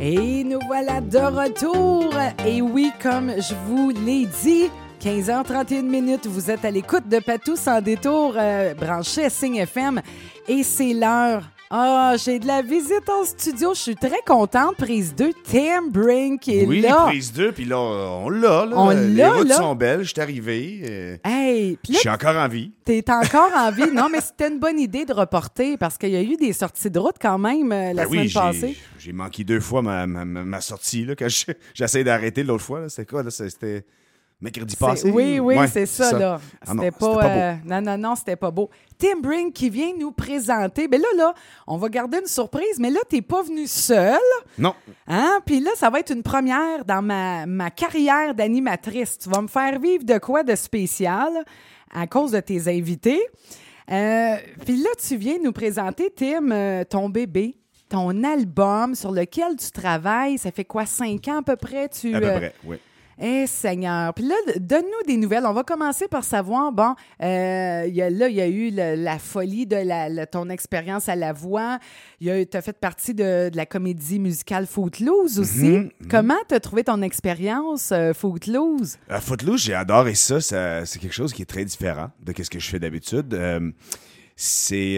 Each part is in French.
Et nous voilà de retour. Et oui, comme je vous l'ai dit, 15h31, vous êtes à l'écoute de Patou sans détour, branché à Signe FM. Et c'est l'heure. Ah, j'ai de la visite en studio. Je suis très contente. Prise 2, Tim Brink qui est là. Oui, prise 2, puis là, on l'a. Là. On Les l'a, routes là. sont belles, je suis arrivé. Hey, puis là, Je suis encore en vie. t'es encore en vie. Non, mais c'était une bonne idée de reporter parce qu'il y a eu des sorties de route quand même la semaine passée. J'ai manqué 2 fois ma sortie. Là, quand j'essayais d'arrêter l'autre fois. Là. C'était quoi? Là? C'était mercredi passé? Oui, ouais, c'est ça, là. Ah non, c'était pas beau. Non, c'était pas beau. Tim Brink qui vient nous présenter. Ben là, on va garder une surprise, mais là, t'es pas venu seul. Non. Hein? Puis là, ça va être une première dans ma carrière d'animatrice. Tu vas me faire vivre de quoi de spécial à cause de tes invités. Puis là, tu viens nous présenter, Tim, ton bébé, ton album sur lequel tu travailles. Ça fait quoi, 5 ans à peu près? À peu près, oui. Eh, Seigneur. Puis là, donne-nous des nouvelles. On va commencer par savoir, bon, il y a eu la folie de ton expérience à la voix. Tu as fait partie de la comédie musicale Footloose aussi. Comment tu as trouvé ton expérience Footloose? Footloose, j'ai adoré ça. C'est quelque chose qui est très différent de ce que je fais d'habitude. C'est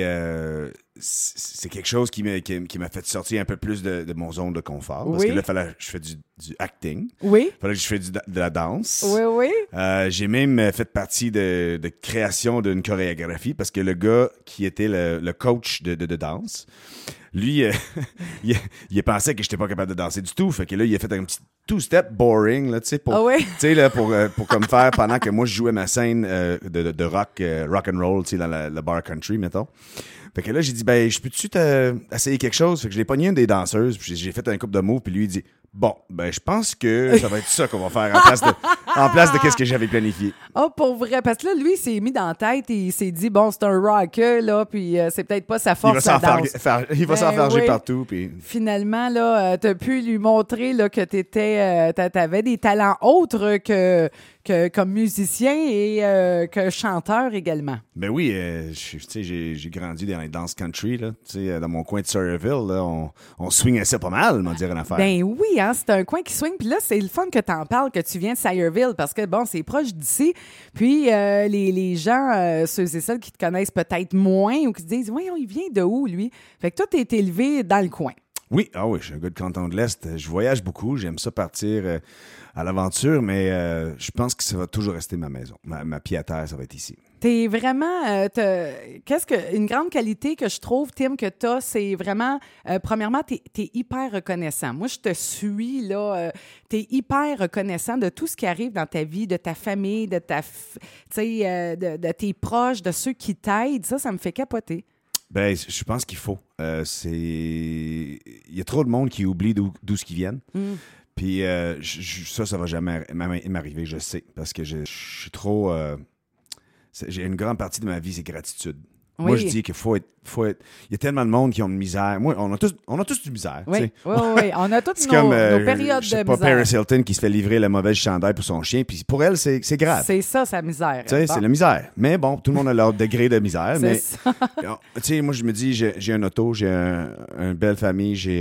quelque chose qui m'a fait sortir un peu plus de mon zone de confort. Parce que là, il fallait que je fasse du acting. Oui. Il fallait que je fasse de la danse. Oui. J'ai même fait partie de création d'une chorégraphie parce que le gars qui était le coach de danse, lui, il pensait que je n'étais pas capable de danser du tout. Fait que là, il a fait un petit two-step boring, là, tu sais, pour comme faire pendant que moi, je jouais ma scène de rock and roll, tu sais, dans le bar country, mettons. Fait que là, j'ai dit, ben, je peux-tu essayer quelque chose? Fait que je l'ai pogné une des danseuses, puis j'ai fait un couple de moves, puis lui, il dit, bon, ben, je pense que ça va être ça qu'on va faire en place de qu'est-ce que j'avais planifié. Oh, pour vrai. Parce que là, lui, il s'est mis dans la tête et il s'est dit, bon, c'est un rocker, là, puis c'est peut-être pas sa force, la danse. Il va s'enfarger partout, puis... Finalement, là, t'as pu lui montrer là, que t'avais des talents autres que comme musicien et que chanteur également. Ben oui, j'ai grandi dans les danses country, là, dans mon coin de Sawyerville, là, on swingait ça pas mal, m'en dire une affaire. Ben oui, hein, c'est un coin qui swing. Puis là, c'est le fun que t'en parles, que tu viens de Sawyerville, parce que, bon, c'est proche d'ici. Puis les gens, ceux et celles qui te connaissent peut-être moins ou qui se disent, voyons, il vient de où, lui? Fait que toi, t'es élevé dans le coin. Oui, je suis un gars de Canton de l'Est. Je voyage beaucoup, j'aime ça partir à l'aventure, mais je pense que ça va toujours rester ma maison. Ma pied à terre, ça va être ici. T'es vraiment... une grande qualité que je trouve, Tim, que t'as, c'est vraiment... premièrement, t'es hyper reconnaissant. Moi, je te suis, là. T'es hyper reconnaissant de tout ce qui arrive dans ta vie, de ta famille, de de tes proches, de ceux qui t'aident. Ça me fait capoter. Ben, je pense qu'il faut. Il y a trop de monde qui oublie d'où ce qu'ils viennent. Puis ça va jamais m'arriver, je sais. Parce que je suis trop... j'ai une grande partie de ma vie, c'est gratitude. Oui. Moi, je dis qu'il faut être... Il y a tellement de monde qui ont de misère. Moi, on a tous du misère. Oui, on a toutes nos périodes de misère. Pas Paris Hilton qui se fait livrer la mauvaise chandail pour son chien. Puis pour elle, c'est grave. C'est ça, sa misère. C'est la misère. Mais bon, tout le monde a leur degré de misère. C'est ça. Moi, je me dis, j'ai un auto, j'ai une belle famille, j'ai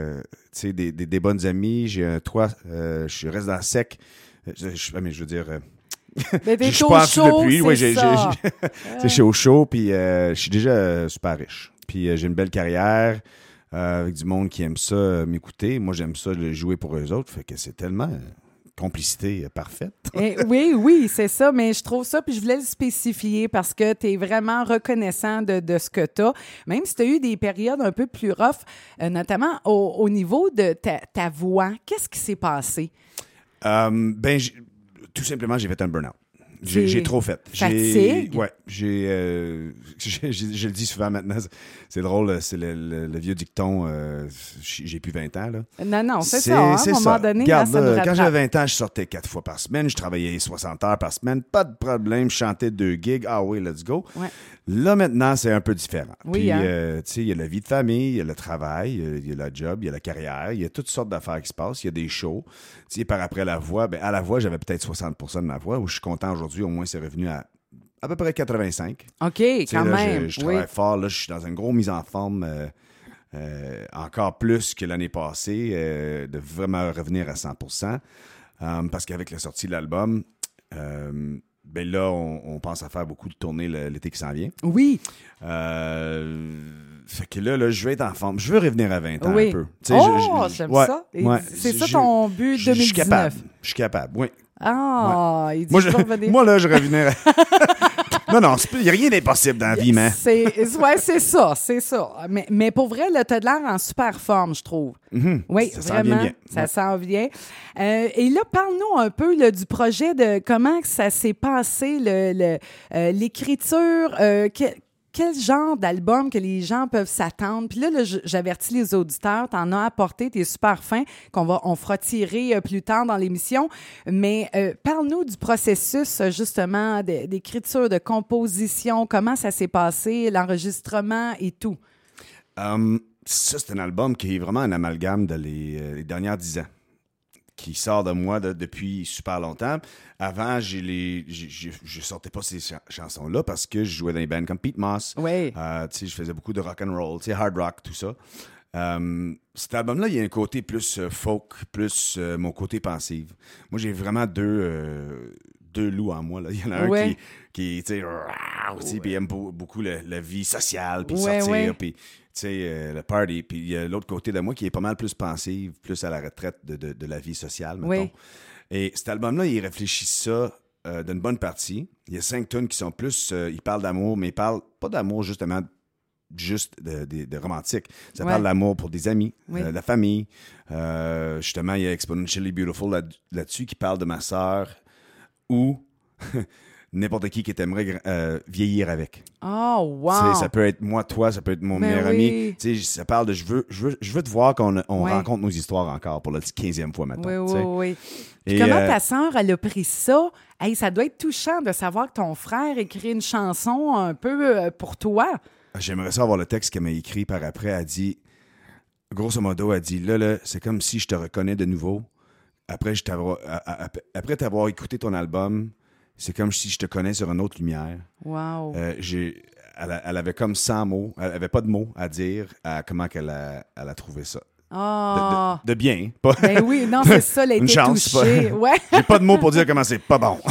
des bonnes amies, j'ai un toit, je reste dans le sec. Mais je veux dire... Mais je suis pas en dessous depuis. Oui, je suis au chaud, puis je suis déjà super riche. Puis j'ai une belle carrière avec du monde qui aime ça m'écouter. Moi, j'aime ça jouer pour eux autres. Fait que c'est tellement complicité parfaite. Oui, c'est ça. Mais je trouve ça, puis je voulais le spécifier parce que tu es vraiment reconnaissant de ce que tu as. Même si tu as eu des périodes un peu plus rough, notamment au niveau de ta voix. Qu'est-ce qui s'est passé? Tout simplement, j'ai fait un burn-out. J'ai trop fait. Fatigue? Je le dis souvent maintenant, c'est drôle, c'est le vieux dicton, j'ai plus 20 ans. Là. Non, c'est ça. Hein, à un moment donné, regarde, ça nous rattrape. quand j'avais 20 ans, je sortais 4 fois par semaine, je travaillais 60 heures par semaine, pas de problème, je chantais 2 gigs, ah oui, let's go. Ouais. Là, maintenant, c'est un peu différent. Oui, puis, hein? il y a la vie de famille, il y a le travail, il y a la job, il y a la carrière, il y a toutes sortes d'affaires qui se passent, il y a des shows. Par après la voix, à la voix, j'avais peut-être 60% de ma voix, où je suis content aujourd'hui, au moins, c'est revenu à peu près 85. OK, quand même. Je travaille fort, là, je suis dans une grosse mise en forme encore plus que l'année passée, de vraiment revenir à 100%. Parce qu'avec la sortie de l'album, ben là, on pense à faire beaucoup de tournées l'été qui s'en vient. Oui. Fait que là, je vais être en forme. Je veux revenir à 20 ans Oui. un peu. J'aime ouais, ça. Et ouais, c'est ça ton but 2019? Je suis capable, oui. Ah, Ouais. il dit revenir. Moi, là, je revenais. Non, il n'y a rien d'impossible dans la vie, man. C'est ça. Mais pour vrai, là, t'as de l'air en super forme, je trouve. Mm-hmm. Oui, ça vraiment. S'en vient bien. Ça s'en vient. Et là, parle-nous un peu là, du projet, de comment ça s'est passé, l'écriture. Quel genre d'album que les gens peuvent s'attendre? Puis là, j'avertis les auditeurs, t'en as apporté, t'es super fin, on fera tirer plus tard dans l'émission. Mais parle-nous du processus, justement, d'écriture, de composition, comment ça s'est passé, l'enregistrement et tout. Ça, c'est un album qui est vraiment un amalgame de les dernières 10 ans, qui sort de moi depuis super longtemps. Avant, je sortais pas ces chansons-là parce que je jouais dans des bands comme Pete Moss. Oui. Je faisais beaucoup de rock and roll, hard rock, tout ça. Cet album-là, il y a un côté plus folk, plus mon côté pensif. Moi, j'ai vraiment deux loups en moi. Là. Il y en a un qui tu sais, aussi, puis aime beaucoup la vie sociale, puis sortir, puis le party. Puis il y a l'autre côté de moi qui est pas mal plus pensive, plus à la retraite de la vie sociale, mettons. Oui. Et cet album-là, il réfléchit ça d'une bonne partie. Il y a 5 tunes qui sont plus... il parle d'amour, mais il parle pas d'amour justement juste de romantique. Ça parle d'amour pour des amis, la famille. Justement, il y a Exponentially Beautiful là-dessus qui parle de ma sœur ou n'importe qui t'aimerait vieillir avec. Oh, wow! Ça peut être moi, toi, ça peut être mon meilleur ami. Ça parle de je veux te voir qu'on rencontre nos histoires encore pour la 15e fois maintenant. Oui. Puis comment ta sœur, elle a pris ça? Hey, ça doit être touchant de savoir que ton frère écrit une chanson un peu pour toi. J'aimerais ça avoir le texte qu'elle m'a écrit par après. Elle dit, grosso modo, elle dit, là, c'est comme si je te reconnais de nouveau. Après t'avoir écouté ton album, c'est comme si je te connais sur une autre lumière. Wow. Elle avait comme 100 mots. Elle avait pas de mots à dire à comment elle a trouvé ça. Oh. De bien. Pas ben oui, non, c'est ça, elle a été touchée. Ouais. J'ai pas de mots pour dire comment c'est pas bon.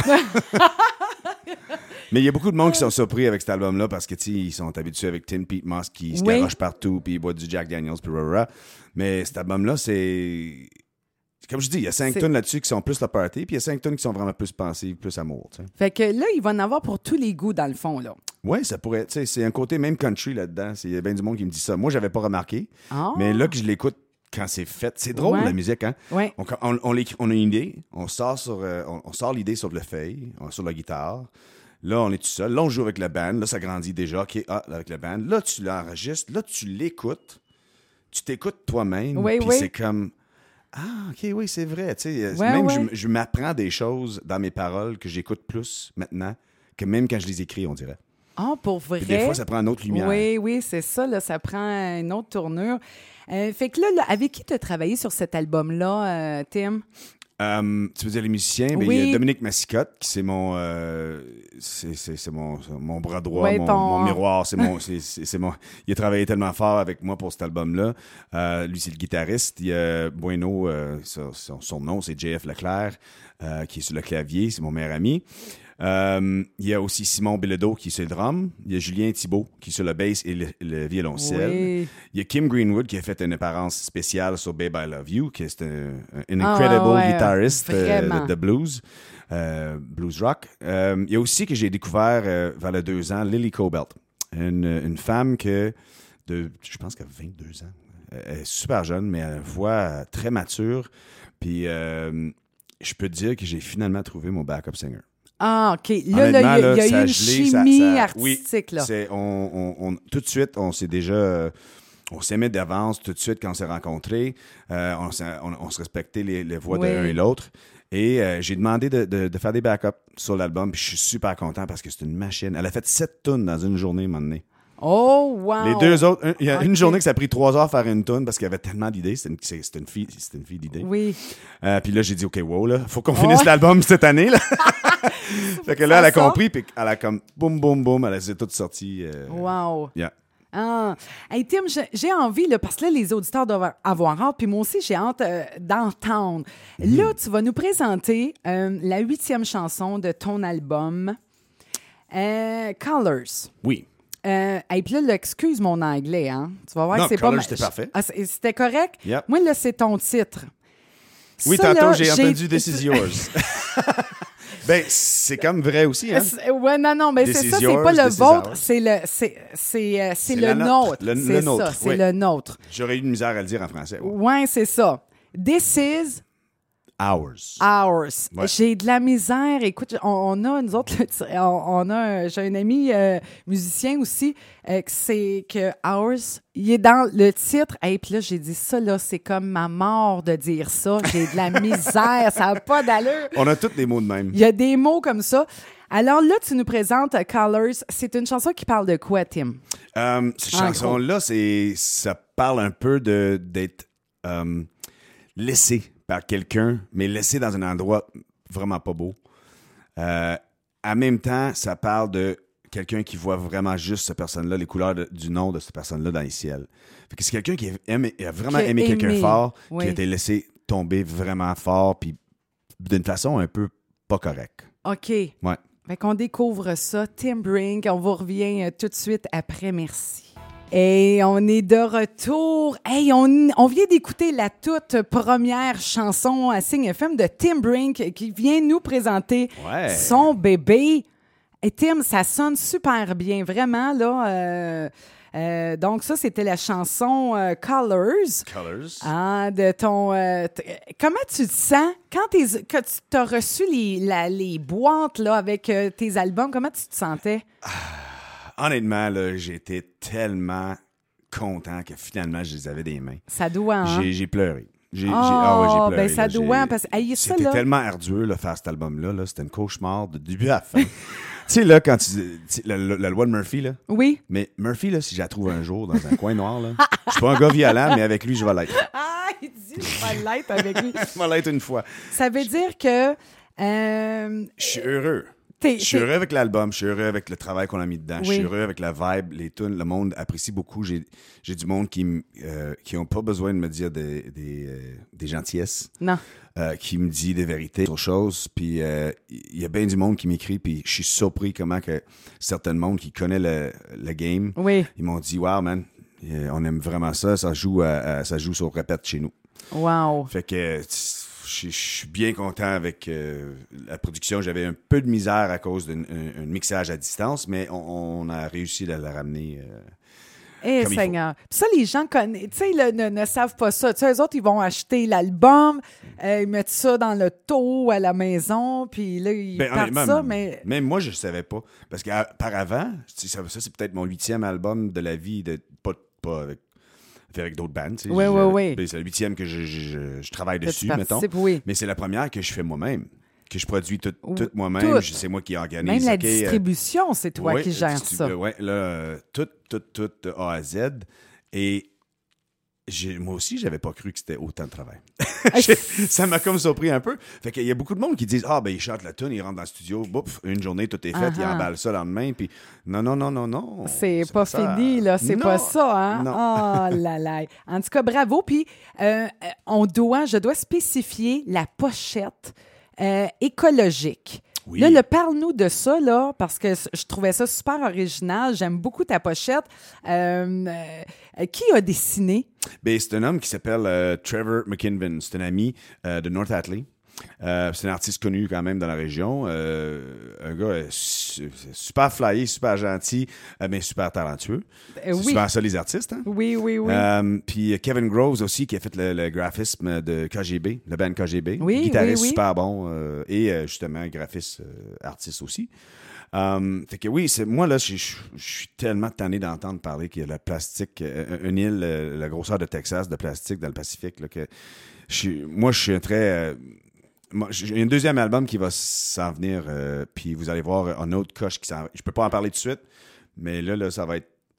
Mais il y a beaucoup de monde qui sont surpris avec cet album-là parce que ils sont habitués avec Pete Moss qui se garoche partout, puis il boit du Jack Daniels, puis rara. Mais cet album-là, c'est... Comme je dis, il y a 5 tunes là-dessus qui sont plus la party, puis il y a 5 tunes qui sont vraiment plus pensives, plus amour. T'sais. Fait que là, il va en avoir pour tous les goûts, dans le fond, là. Oui, ça pourrait. C'est un côté même country là-dedans. Il y a bien du monde qui me dit ça. Moi, j'avais pas remarqué. Mais là que je l'écoute quand c'est fait, c'est drôle, la musique, hein? Ouais. On a une idée, on sort l'idée sur le feuille, sur la guitare. Là, on est tout seul. Là, on joue avec la band. Là, ça grandit déjà. OK, avec la band. Là, tu l'enregistres. Là, tu l'écoutes. Tu t'écoutes toi-même. Puis c'est comme... Ah, OK, oui, c'est vrai. Je m'apprends des choses dans mes paroles que j'écoute plus maintenant que même quand je les écris, on dirait. Ah, pour vrai? Puis des fois, ça prend une autre lumière. Oui, c'est ça. Là, ça prend une autre tournure. Fait que là, avec qui tu as travaillé sur cet album-là, Tim? Tu veux dire les musiciens? Ben, il y a Dominique Massicotte, qui c'est mon bras droit, mon miroir. Il a travaillé tellement fort avec moi pour cet album-là. Lui, c'est le guitariste. Il y a Bueno, son nom, c'est JF Leclerc, qui est sur le clavier. C'est mon meilleur ami. Il y a aussi Simon Bilodeau qui est sur le drum. Il y a Julien Thibault qui est sur le bass et le violoncelle. Oui. Il y a Kim Greenwood qui a fait une apparence spéciale sur Babe I Love You, qui est un incredible guitariste de blues, blues rock. Il y a aussi que j'ai découvert vers les 2 ans, Lily Cobelt, une femme je pense qu'elle a 22 ans. Elle est super jeune, mais elle a une voix très mature. Puis je peux te dire que j'ai finalement trouvé mon backup singer. Ah, OK. Là, il y a eu une chimie artistique. Oui, là. Tout de suite, on s'est déjà... on s'aimait d'avance tout de suite quand on s'est rencontrés. On se respectait les voix de l'un et l'autre. Et j'ai demandé de faire des backups sur l'album. Puis je suis super content parce que c'est une machine. Elle a fait 7 tunes dans une journée, à un moment donné. Oh, wow! Les 2 autres, il y a une journée que ça a pris 3 heures à faire une tune parce qu'il y avait tellement d'idées. C'était une fille d'idées. Oui. Puis là, j'ai dit, OK, wow, là, faut qu'on finisse l'album cette année, là. Fait que là, elle a compris, puis elle a comme boum, boum, boum, elle s'est toute sortie. Wow! Yeah. Ah. Hey, Tim, j'ai envie, là, parce que là, les auditeurs doivent avoir hâte, puis moi aussi, j'ai hâte d'entendre. Là, tu vas nous présenter la 8e chanson de ton album, Colors. Oui. Et puis là, excuse mon anglais, hein? Tu vas voir Non, que c'est Colors, pas... c'était parfait. Ah, c'était correct? Yep. Moi, là, c'est ton titre. Oui, Ça, tantôt, là, j'ai entendu « This is yours ». Ben, c'est comme vrai aussi, hein? Ouais, non, mais This c'est is ça, c'est yours, pas le this is vôtre, ours. c'est le nôtre. Le C'est nôtre, ça, c'est ouais. le nôtre. J'aurais eu de misère à le dire en français. Ouais. Ouais, c'est ça. This is Ours. ours. Ouais. J'ai de la misère. Écoute, on a, nous autres, j'ai un ami musicien aussi, que ours, il est dans le titre. Et puis là, j'ai dit ça, là, c'est comme ma mort de dire ça. J'ai de la misère, ça n'a pas d'allure. On a tous des mots de même. Il y a des mots comme ça. Alors là, tu nous présentes Colors. C'est une chanson qui parle de quoi, Tim? Cette chanson-là, ça parle un peu d'être laissé par quelqu'un, mais laissé dans un endroit vraiment pas beau. En même temps, ça parle de quelqu'un qui voit vraiment juste cette personne-là, les couleurs du nom de cette personne-là dans les ciels. Fait que c'est quelqu'un qui a vraiment aimé quelqu'un fort, oui. qui a été laissé tomber vraiment fort, puis d'une façon un peu pas correcte. OK. Ouais. Fait qu'on découvre ça. Tim Brink, on vous revient tout de suite après. Merci. Et on est de retour. Hey, on vient d'écouter la toute première chanson à Signe FM de Tim Brink qui vient nous présenter son bébé. Et Tim, ça sonne super bien, vraiment, là. Donc ça, c'était la chanson Colors. Colors. Ah, de ton... comment tu te sens quand tu as reçu les boîtes là, avec tes albums? Comment tu te sentais? Honnêtement, là, j'étais tellement content que finalement, je les avais des mains. Ça doit, hein? J'ai pleuré. J'ai pleuré. Ben ça là. doit, parce que ça, c'était là... tellement ardueux, là, faire cet album-là. Là. C'était une cauchemar de début à la fin. Tu sais, là, quand la loi de Murphy, là. Oui. Mais Murphy, là, si je la trouve un jour dans un coin noir, là, je suis pas un gars violent, mais avec lui, je vais l'être. Ah, il dit, je vais l'être avec lui. Je vais l'être une fois. Ça veut dire que... Je suis heureux. Je suis heureux avec l'album, je suis heureux avec le travail qu'on a mis dedans, je suis heureux avec la vibe, les tunes, le monde apprécie beaucoup. J'ai du monde qui ont pas besoin de me dire des gentillesses. Non. Qui me dit des vérités sur choses, puis il y a bien du monde qui m'écrit, puis je suis surpris comment que certains monde qui connaît le game, ils m'ont dit « Wow, man, on aime vraiment ça, ça joue sur répète chez nous. » Wow. Fait que... Je suis bien content avec la production. J'avais un peu de misère à cause d'un mixage à distance, mais on a réussi à la ramener. Seigneur. Puis ça, les gens connaissent, tu sais, ne savent pas ça. Tu sais, eux autres, ils vont acheter l'album, ils mettent ça dans le taux à la maison, puis là, ils partent ça, mais... Même moi, je ne savais pas. Parce qu'auparavant, ça c'est peut-être mon 8e album de la vie, pas avec d'autres bandes. Oui. C'est le 8e que je travaille dessus, mettons. Oui. Mais c'est la première que je fais moi-même, que je produis tout moi-même. C'est moi qui organise. Même la distribution, c'est toi qui gères ça. Oui, là, tout de A à Z. Et moi aussi, j'avais pas cru que c'était autant de travail. Ça m'a comme surpris un peu. Fait qu'il y a beaucoup de monde qui disent « Ah, ben, ils chantent la tune, ils rentrent dans le studio, bouf, une journée, tout est fait, ils emballent ça le lendemain. » Puis non. C'est pas fini, là. C'est pas ça, hein? Oh là là. En tout cas, bravo. Puis, je dois spécifier la pochette écologique. Oui. Là, parle-nous de ça, là, parce que je trouvais ça super original. J'aime beaucoup ta pochette. Qui a dessiné? Ben, c'est un homme qui s'appelle Trevor McKinven. C'est un ami de North Atlee. C'est un artiste connu quand même dans la région. Un gars super flyé, super gentil, mais super talentueux. C'est souvent ça les artistes. Hein? Oui. Puis Kevin Groves aussi qui a fait le graphisme de KGB, le band KGB. Oui, guitariste super bon et justement graphiste artiste aussi. Fait que oui, moi là, je suis tellement tanné d'entendre parler qu'il y a le plastique, une île, la grosseur de Texas de plastique dans le Pacifique, là, que moi je suis un très... J'ai un deuxième album qui va s'en venir, puis vous allez voir un autre coche qui s'en... Je peux pas en parler tout de suite, mais là ça va être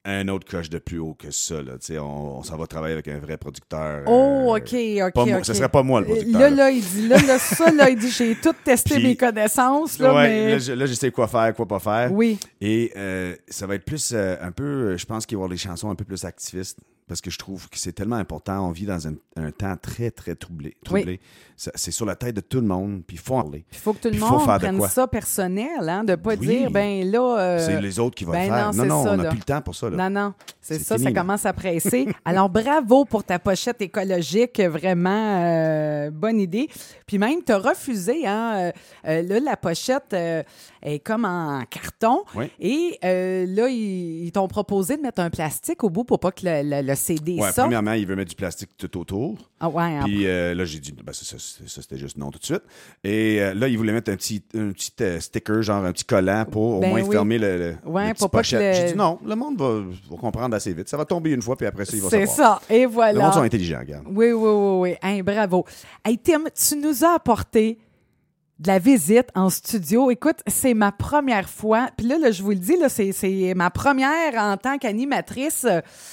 un autre coche de plus haut que ça. Là. On s'en va travailler avec un vrai producteur. Oh, OK. Pas moi, ce serait pas moi le producteur. Là, il dit, ça, il dit, j'ai tout testé Puis, mes connaissances. Là, ouais, mais... là, je sais quoi faire, quoi pas faire. Oui. Et ça va être plus un peu, je pense qu'il va y avoir des chansons un peu plus activistes. Parce que je trouve que c'est tellement important. On vit dans un temps très, très troublé. Oui. C'est sur la tête de tout le monde, puis il faut en parler. Il faut que tout le Puis monde faire de prenne quoi. ça personnel, hein, de ne pas Oui. dire, ben là... C'est les autres qui vont ben le faire. non, Non, c'est ça, on n'a là. plus le temps pour ça. Là. Non, c'est ça, fini, ça là. commence à presser. Alors, bravo pour ta pochette écologique, vraiment bonne idée. Puis même, tu as refusé, hein, là, la pochette est comme en carton. Oui. Et là, ils t'ont proposé de mettre un plastique au bout pour pas que le CD Ouais, sorte. premièrement, il veut mettre du plastique tout autour. Ah ouais, Puis là, j'ai dit, ben, ça, c'était juste non tout de suite. Et là, il voulait mettre un petit sticker, genre un petit collant pour Ben au moins oui. fermer le Ouais, petit pour pas que pochette. le- J'ai dit non, le monde va comprendre assez vite. Ça va tomber une fois, puis après ça, il va c'est savoir. ça. Et Le voilà. monde sont intelligents, regarde. Oui. Hein, bravo. Hey, Tim, tu nous as apporté de la visite en studio. Écoute, c'est ma première fois. Puis là, je vous le dis, là, c'est ma première en tant qu'animatrice.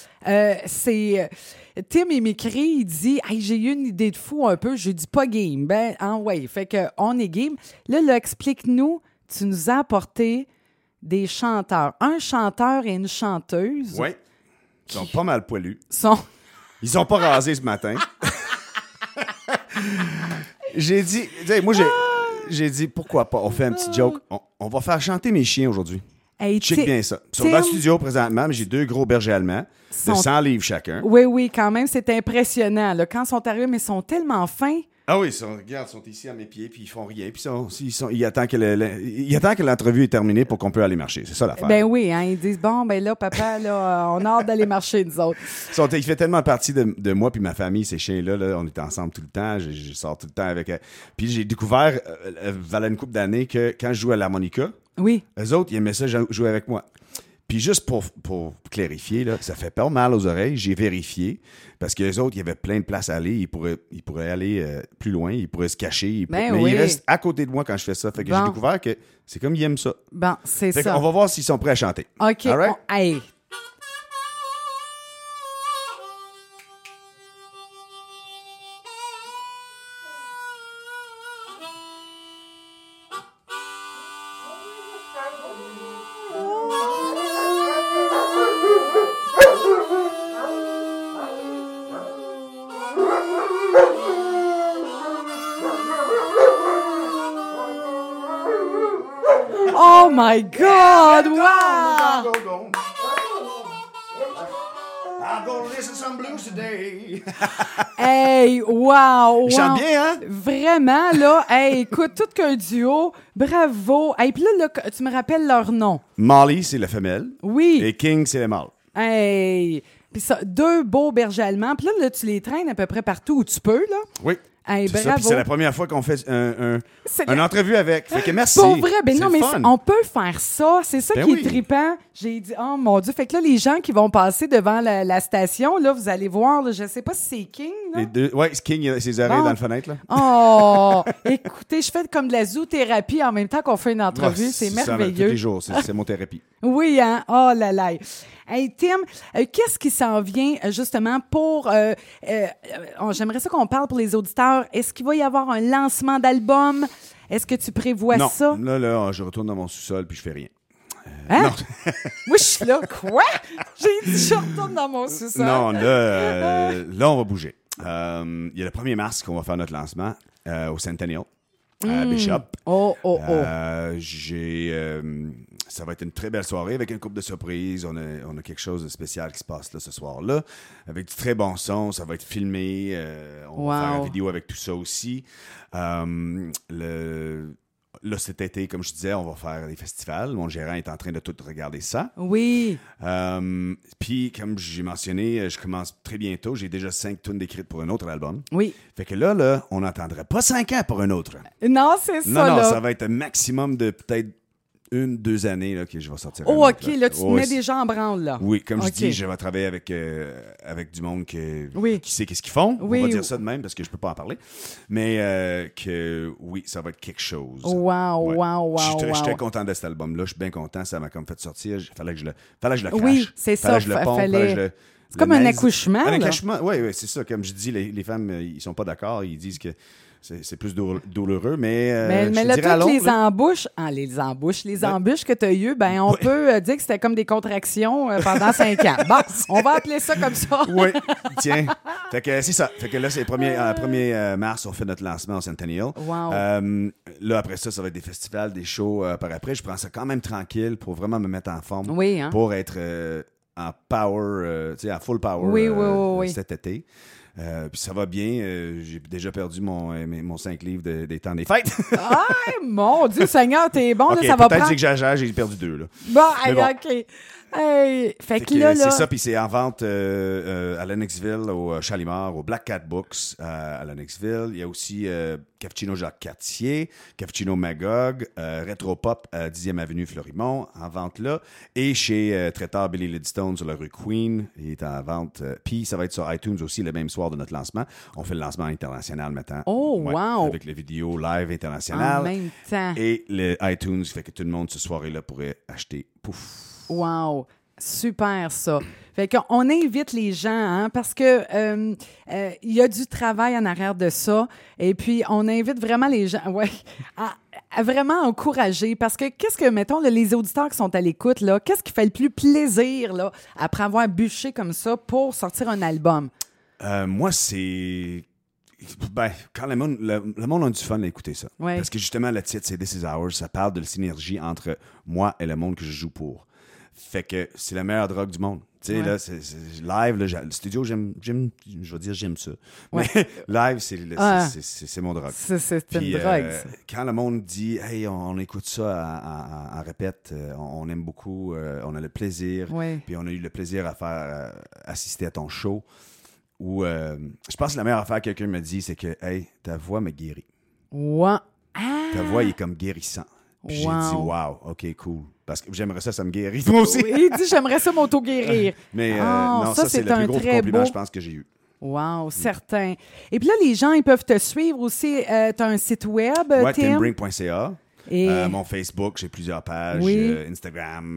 Tim, il m'écrit, il dit « Hey, j'ai eu une idée de fou un peu. » J'ai dit « Pas game. » Ben, ouais. Fait que on est game. Là, explique-nous. Tu nous as apporté des chanteurs. Un chanteur et une chanteuse. Oui. Ils sont pas mal poilus. Sont... Ils sont pas rasés ce matin. J'ai dit, tu sais, moi, j'ai dit, pourquoi pas, on fait un petit joke. On va faire chanter mes chiens aujourd'hui. Hey, Check bien ça. Ils sont dans le studio présentement, mais j'ai 2 gros bergers allemands de 100 livres chacun. Oui, quand même, c'est impressionnant. Là. Quand ils sont arrivés, mais ils sont tellement fins. Ah oui, regarde, ils sont ici à mes pieds, puis ils font rien. Puis ils attendent que l'entrevue est terminée pour qu'on peut aller marcher. C'est ça l'affaire. Ben oui, hein, ils disent, bon, ben là, papa, là, on a hâte d'aller marcher, nous autres. Il fait tellement partie de moi puis ma famille, ces chiens-là. Là, on est ensemble tout le temps. Je sors tout le temps avec... Puis j'ai découvert, voilà une couple d'années, que quand je jouais à l'harmonica, Oui. eux autres, ils aimaient ça jouer avec moi. Puis juste pour clarifier, là, ça fait pas mal aux oreilles. J'ai vérifié. Parce que les autres, il y avait plein de place à aller. Ils pourraient aller plus loin. Ils pourraient se cacher. Mais oui. ils restent à côté de moi quand je fais ça. Fait que Bon. j'ai découvert que c'est comme ils aiment ça. Bon, c'est Fait ça. qu'on va voir s'ils sont prêts à chanter. OK. All right? Hey. Oh my God! Wow! I'm gonna listen some blues today. Hey, wow! Ils chantent bien, hein? Vraiment, là. Hey, écoute, tout qu'un duo. Bravo. Hey, puis là, tu me rappelles leur nom. Molly, c'est la femelle. Oui. Et King, c'est le mâle. Hey. Puis ça, 2 beaux bergers allemands. Puis là, tu les traînes à peu près partout où tu peux, là. Oui. Hey, C'est ça, bravo. puis c'est la première fois qu'on fait C'est une entrevue avec. Fait que merci. Pour vrai, ben C'est non, le mais fun. on peut faire ça. C'est ça Ben qui oui. est trippant. J'ai dit, oh mon Dieu. Fait que là, les gens qui vont passer devant la station, là, vous allez voir, là, je sais pas si c'est King, là. Ouais, King, il a ses oreilles Bon. dans la fenêtre, là. Oh! Écoutez, je fais comme de la zoothérapie en même temps qu'on fait une entrevue. Ouais, c'est ça, tous merveilleux. les jours, c'est mon thérapie. Oui, hein? Oh là là. Hey, Tim, qu'est-ce qui s'en vient justement pour... j'aimerais ça qu'on parle pour les auditeurs. Est-ce qu'il va y avoir un lancement d'album? Est-ce que tu prévois Non, ça? là, je retourne dans mon sous-sol puis je fais rien. Hein? Non. Moi, je suis là. Quoi? J'ai dit, je retourne dans mon sous-sol. Non, là, on va bouger. Il y a le 1er mars qu'on va faire notre lancement au Centennial, à Bishop. Oh. Ça va être une très belle soirée avec un couple de surprises. On a quelque chose de spécial qui se passe là ce soir-là, avec du très bon son. Ça va être filmé. On va faire une vidéo avec tout ça aussi. Là, cet été, comme je disais, on va faire des festivals. Mon gérant est en train de tout regarder ça. Oui. Puis, comme j'ai mentionné, je commence très bientôt. J'ai déjà 5 tunes d'écrites pour un autre album. Oui. Fait que là, on n'attendrait pas 5 ans pour un autre. Non, c'est ça, Non, là. ça va être un maximum de peut-être 2 années là, que je vais sortir. Oh, OK, là, tu te mets déjà en branle, là. Oui, comme je OK. dis, je vais travailler avec du monde qui sait qu'est-ce qu'ils font. Oui. On va dire ça de même parce que je peux pas en parler. Mais que oui, ça va être quelque chose. Wow, Ouais. wow. Je suis très content de cet album-là. Je suis bien content. Ça m'a comme fait sortir. Fallait que je le crache. Oui, c'est ça. Fallait que je le pompe. C'est comme un accouchement. Un accouchement, oui, c'est ça. Comme je dis, les femmes, ils sont pas d'accord. Ils disent que c'est plus douloureux, mais Mais je là, dirais à toutes les l'ombre, les embûches que tu as eues, ben, on peut dire que c'était comme des contractions pendant 5 ans. Bon, on va appeler ça comme ça. Oui, tiens. Fait que c'est ça. Fait que là, c'est le 1er mars, on fait notre lancement au Centennial. Wow. Là, après ça va être des festivals, des shows par après. Je prends ça quand même tranquille pour vraiment me mettre en forme. Oui, hein? Pour être en power, tu sais, en full power Oui. cet été. Puis ça va bien. J'ai déjà perdu mon 5 livres des temps des fêtes. Ah, mon Dieu Seigneur, t'es bon, OK, là, ça va peut-être prendre... que j'exagère, j'ai perdu 2, là. Bon, Mais bon. OK. Hey, fait que là... C'est ça, puis c'est en vente à Lennoxville, au Chalimard, au Black Cat Books à Lennoxville. Il y a aussi Cappuccino Jacques-Cartier, Cappuccino Magog, Retropop à 10e Avenue Florimont, en vente là. Et chez Traiteur Billy Lidstone sur la rue Queen, il est en vente. Puis ça va être sur iTunes aussi le même soir de notre lancement. On fait le lancement international maintenant. Oh, wow! Avec les vidéos live internationales. En même temps. Et le iTunes fait que tout le monde ce soir-là pourrait acheter. Pouf! Wow! Super, ça. Fait qu'on invite les gens, hein, parce que il y a du travail en arrière de ça. Et puis, on invite vraiment les gens, à vraiment encourager. Parce que qu'est-ce que, mettons, là, les auditeurs qui sont à l'écoute, là, qu'est-ce qui fait le plus plaisir, là, après avoir bûché comme ça pour sortir un album? Moi, c'est... Ben, quand le monde a du fun à écouter ça. Ouais. Parce que justement, le titre, c'est This Is Ours. Ça parle de la synergie entre moi et le monde que je joue pour. Fait que c'est la meilleure drogue du monde. Tu sais, là, c'est live, là, le studio, je vais dire, j'aime ça. Ouais. Mais live, c'est mon drogue. C'est Puis, une drogue, ça. quand le monde dit, hey, on écoute ça en répète, on aime beaucoup, on a le plaisir, Ouais. puis on a eu le plaisir à faire assister à ton show. Ou, je pense que la meilleure affaire que quelqu'un me dit, c'est que, hey, ta voix me guérit. Ouais. Ah! Ta voix est comme guérissant. Puis j'ai dit, wow, OK, cool. Parce que j'aimerais ça me guérit. Moi aussi. Il dit, j'aimerais ça m'auto-guérir. Mais Oh, non, ça, c'est le plus gros compliment, je pense, que j'ai eu. Wow, certain. Et puis là, les gens, ils peuvent te suivre aussi. Tu as un site web, Ouais, Tim? timbrink.ca. Et... Mon Facebook, j'ai plusieurs pages. Oui. Instagram,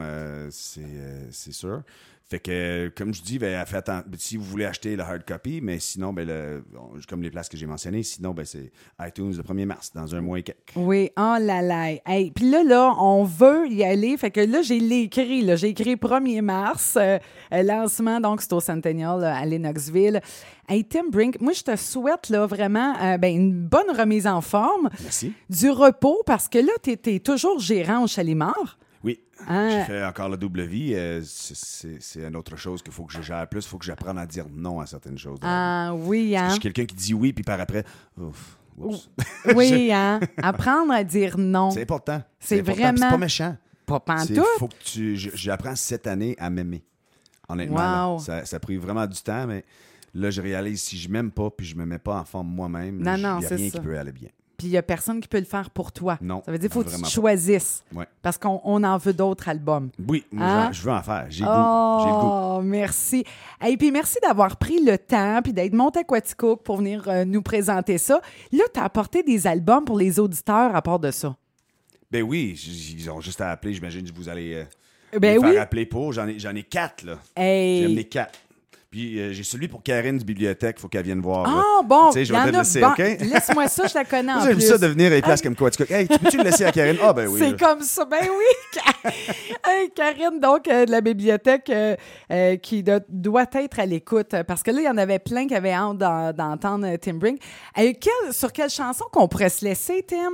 c'est sûr. Fait que, comme je dis, ben, faites si vous voulez acheter le hard copy, mais sinon, ben, comme les places que j'ai mentionnées, sinon, ben, c'est iTunes le 1er mars, dans un mois et quelques. Oui, oh là là. Hey, puis là, on veut y aller. Fait que là, j'ai écrit 1er mars. Lancement, donc, c'est au Centennial à Lennoxville. Hey, Tim Brink, moi, je te souhaite là, vraiment une bonne remise en forme. Merci. Du repos, parce que là, tu es toujours gérant au Chalimard. Oui, Ah. j'ai fait encore la double vie. C'est une autre chose qu'il faut que je gère plus. Il faut que j'apprenne à dire non à certaines choses. Ah oui, Je hein? suis quelqu'un qui dit oui, puis par après, oups. Oui, hein? Apprendre à dire non. C'est important. C'est important. vraiment- Puis c'est pas méchant. Pas Il pantoute. faut que j'apprends cette année à m'aimer. Honnêtement, Wow. là. Ça a pris vraiment du temps, mais là, je réalise si je m'aime pas puis je me mets pas en forme moi-même, Non, il n'y non, a c'est rien ça. qui peut aller bien. Puis il n'y a personne qui peut le faire pour toi. Non, Ça veut dire qu'il faut que tu vraiment te pas. choisisses. Ouais. Parce qu'on en veut d'autres albums. Oui, moi, Hein? je veux en faire. J'ai le goût. J'ai le goût. Oh, merci. Et puis merci d'avoir pris le temps puis d'être monté à Quaticook pour venir nous présenter ça. Là, tu as apporté des albums pour les auditeurs à part de ça. Ben oui, ils ont juste à appeler. J'imagine que vous allez Ben les oui. faire appeler pour. J'en ai 4, là. Hey. J'ai amené 4. Puis j'ai celui pour Karine du bibliothèque. Il faut qu'elle vienne voir. là. Ah, bon. Tu sais, je il y vais en te le a- laisser, bon, OK? Laisse-moi ça, je la connais en Moi, j'aime plus. ça de venir à des places comme Quaticook. Hey, tu peux-tu le laisser à Karine? Ah, ben oui. C'est là. comme ça. Ben oui. Hey, Karine, donc, de la bibliothèque qui doit être à l'écoute. Parce que là, il y en avait plein qui avaient hâte d'entendre Tim Brink. Sur quelle chanson qu'on pourrait se laisser, Tim?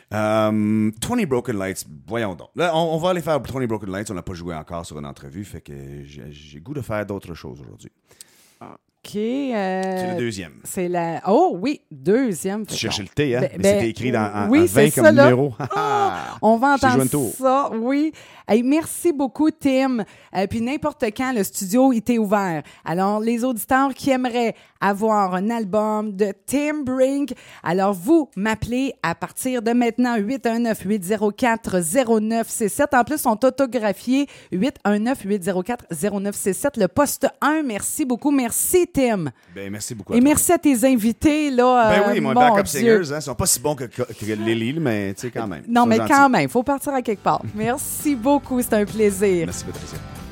20 Broken Lights, voyons donc. Là, on va aller faire 20 Broken Lights. On n'a pas joué encore sur une entrevue. Fait que j'ai goût de faire d'autres choses aujourd'hui. C'est le deuxième. C'est la... Oh oui, deuxième. Tu cherchais le T, hein? Ben, Mais c'était écrit en oui, 20 comme ça, numéro. On va Je t'ai joué entendre un tour. ça, oui. Hey, merci beaucoup, Tim. Puis n'importe quand, le studio était ouvert. Alors, les auditeurs qui aimeraient avoir un album de Tim Brink, alors vous m'appelez à partir de maintenant 819-804-0967. En plus, sont autographiés 819-804-0967. Le poste 1, merci beaucoup. Merci, Tim. Ben, merci beaucoup. Et merci à tes invités, là. Ben oui, mon mon backup Dieu. singers, hein, sont pas si bons que Lily, mais tu sais, quand même. Non, Ils sont mais gentils. quand même, il faut partir à quelque part. Merci beaucoup, c'est un plaisir. Merci, Patricia.